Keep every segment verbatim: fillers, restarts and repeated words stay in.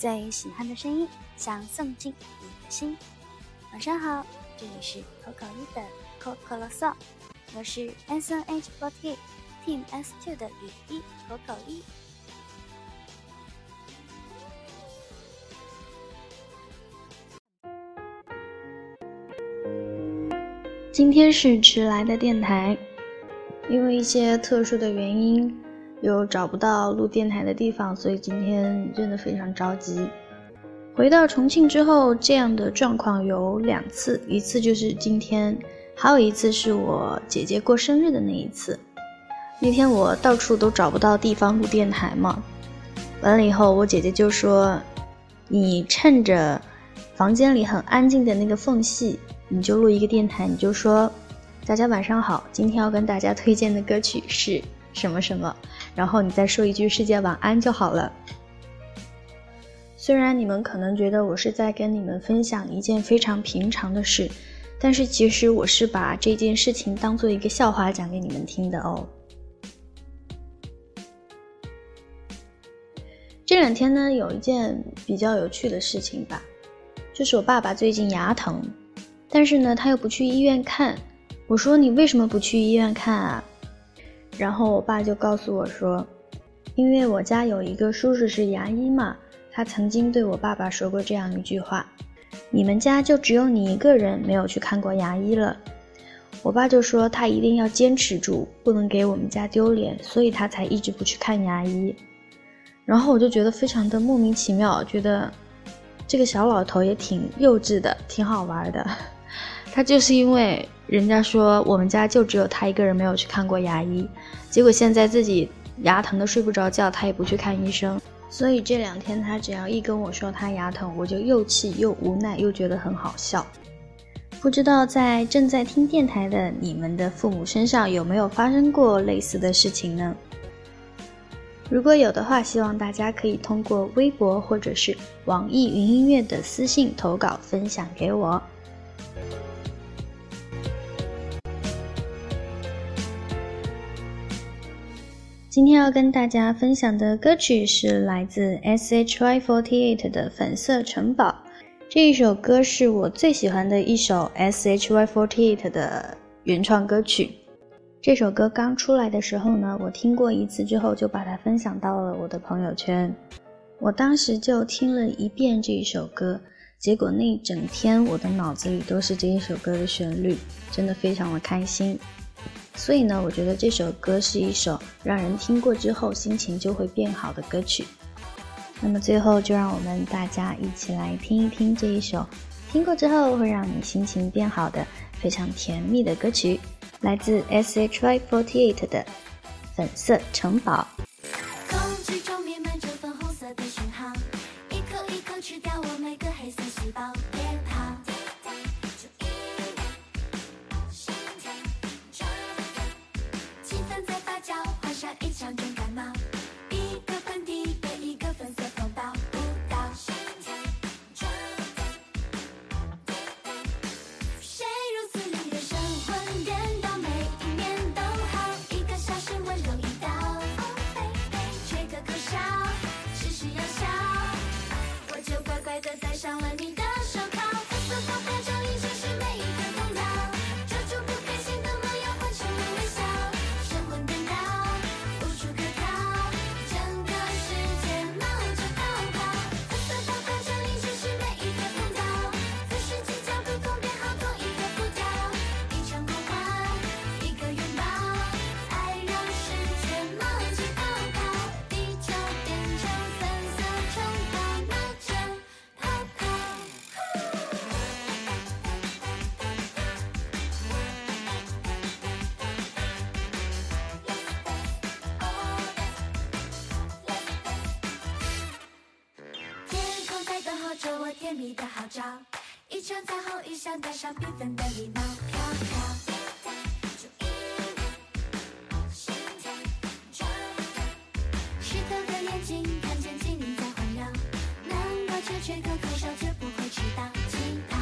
最喜欢的声音，想送进你的心。晚上好，这里是口口一的口口啰嗦，我是 S N H 四十八 Team S 二 的雨一口口一。 今天是迟来的电台，因为一些特殊的原因，又找不到录电台的地方，所以今天真的非常着急。回到重庆之后，这样的状况有两次，一次就是今天，还有一次是我姐姐过生日的那一次。那天我到处都找不到地方录电台嘛，完了以后我姐姐就说，你趁着房间里很安静的那个缝隙，你就录一个电台，你就说大家晚上好，今天要跟大家推荐的歌曲是什么什么，然后你再说一句世界晚安就好了。虽然你们可能觉得我是在跟你们分享一件非常平常的事，但是其实我是把这件事情当做一个笑话讲给你们听的哦。这两天呢，有一件比较有趣的事情吧，就是我爸爸最近牙疼，但是呢他又不去医院看。我说你为什么不去医院看啊？然后我爸就告诉我说，因为我家有一个叔叔是牙医嘛，他曾经对我爸爸说过这样一句话，你们家就只有你一个人没有去看过牙医了。我爸就说他一定要坚持住，不能给我们家丢脸，所以他才一直不去看牙医。然后我就觉得非常的莫名其妙，觉得这个小老头也挺幼稚的，挺好玩的。他就是因为人家说我们家就只有他一个人没有去看过牙医，结果现在自己牙疼的睡不着觉，他也不去看医生。所以这两天他只要一跟我说他牙疼，我就又气又无奈又觉得很好笑。不知道在正在听电台的你们的父母身上有没有发生过类似的事情呢？如果有的话，希望大家可以通过微博或者是网易云音乐的私信投稿分享给我。今天要跟大家分享的歌曲是来自 S H Y 四十八 的粉色城堡。这一首歌是我最喜欢的一首 S H Y 四十八 的原创歌曲。这首歌刚出来的时候呢，我听过一次之后就把它分享到了我的朋友圈。我当时就听了一遍这一首歌，结果那一整天我的脑子里都是这一首歌的旋律，真的非常的开心。所以呢，我觉得这首歌是一首让人听过之后心情就会变好的歌曲。那么最后就让我们大家一起来听一听这一首听过之后会让你心情变好的非常甜蜜的歌曲，来自 S H Y 四十八 的粉色城堡。 空气中弥漫着粉红色的讯号，一口一口吃掉我每个黑色细胞，别跑，气氛在发酵，患上一场重感冒，一个喷嚏被一个粉色风暴舞蹈，谁如此令人神魂颠倒，每一年都好，一个小时温柔一刀，缺个口哨，事事要笑，我就乖乖地戴上了你的手铐，粉色发表着一些是每一个头脑，抓住不开心的模样，换成了微笑，神魂颠倒，无处可逃，整个世界冒着泡泡，粉色发表着一些是每一个风岛，粉世界角度公编好同一个步调，一场狂欢，一个拥抱，爱让世界冒起泡泡，地球变成粉色城堡，冒着泡泡。天空在等候着我甜蜜的号召，一场彩虹一响，带上缤纷的礼貌，飘飘。湿透的眼睛看见精灵在环绕，能够吹吹个口哨，绝不会迟到，气泡。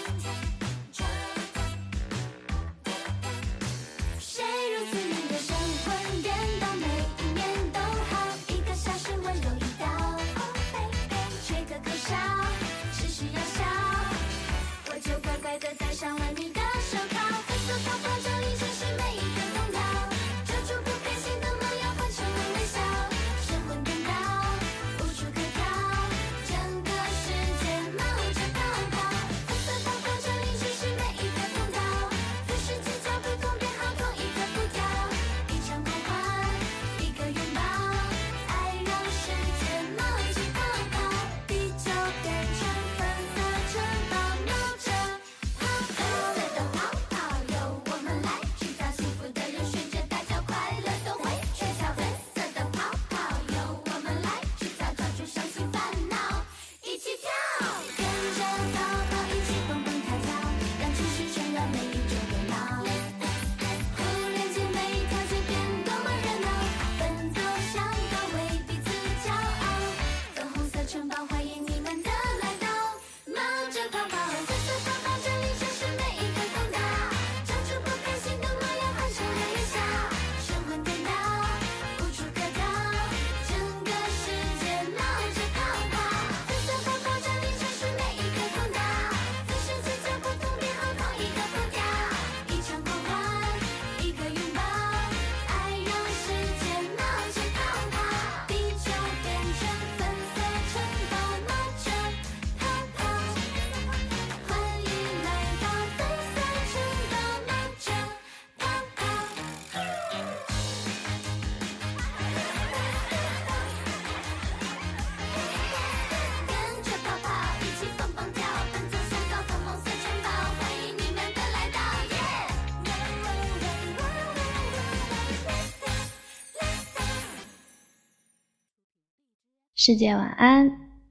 谁如此令人神魂颠倒，每一年都好，一个小时温柔一刀，缺个世界晚安。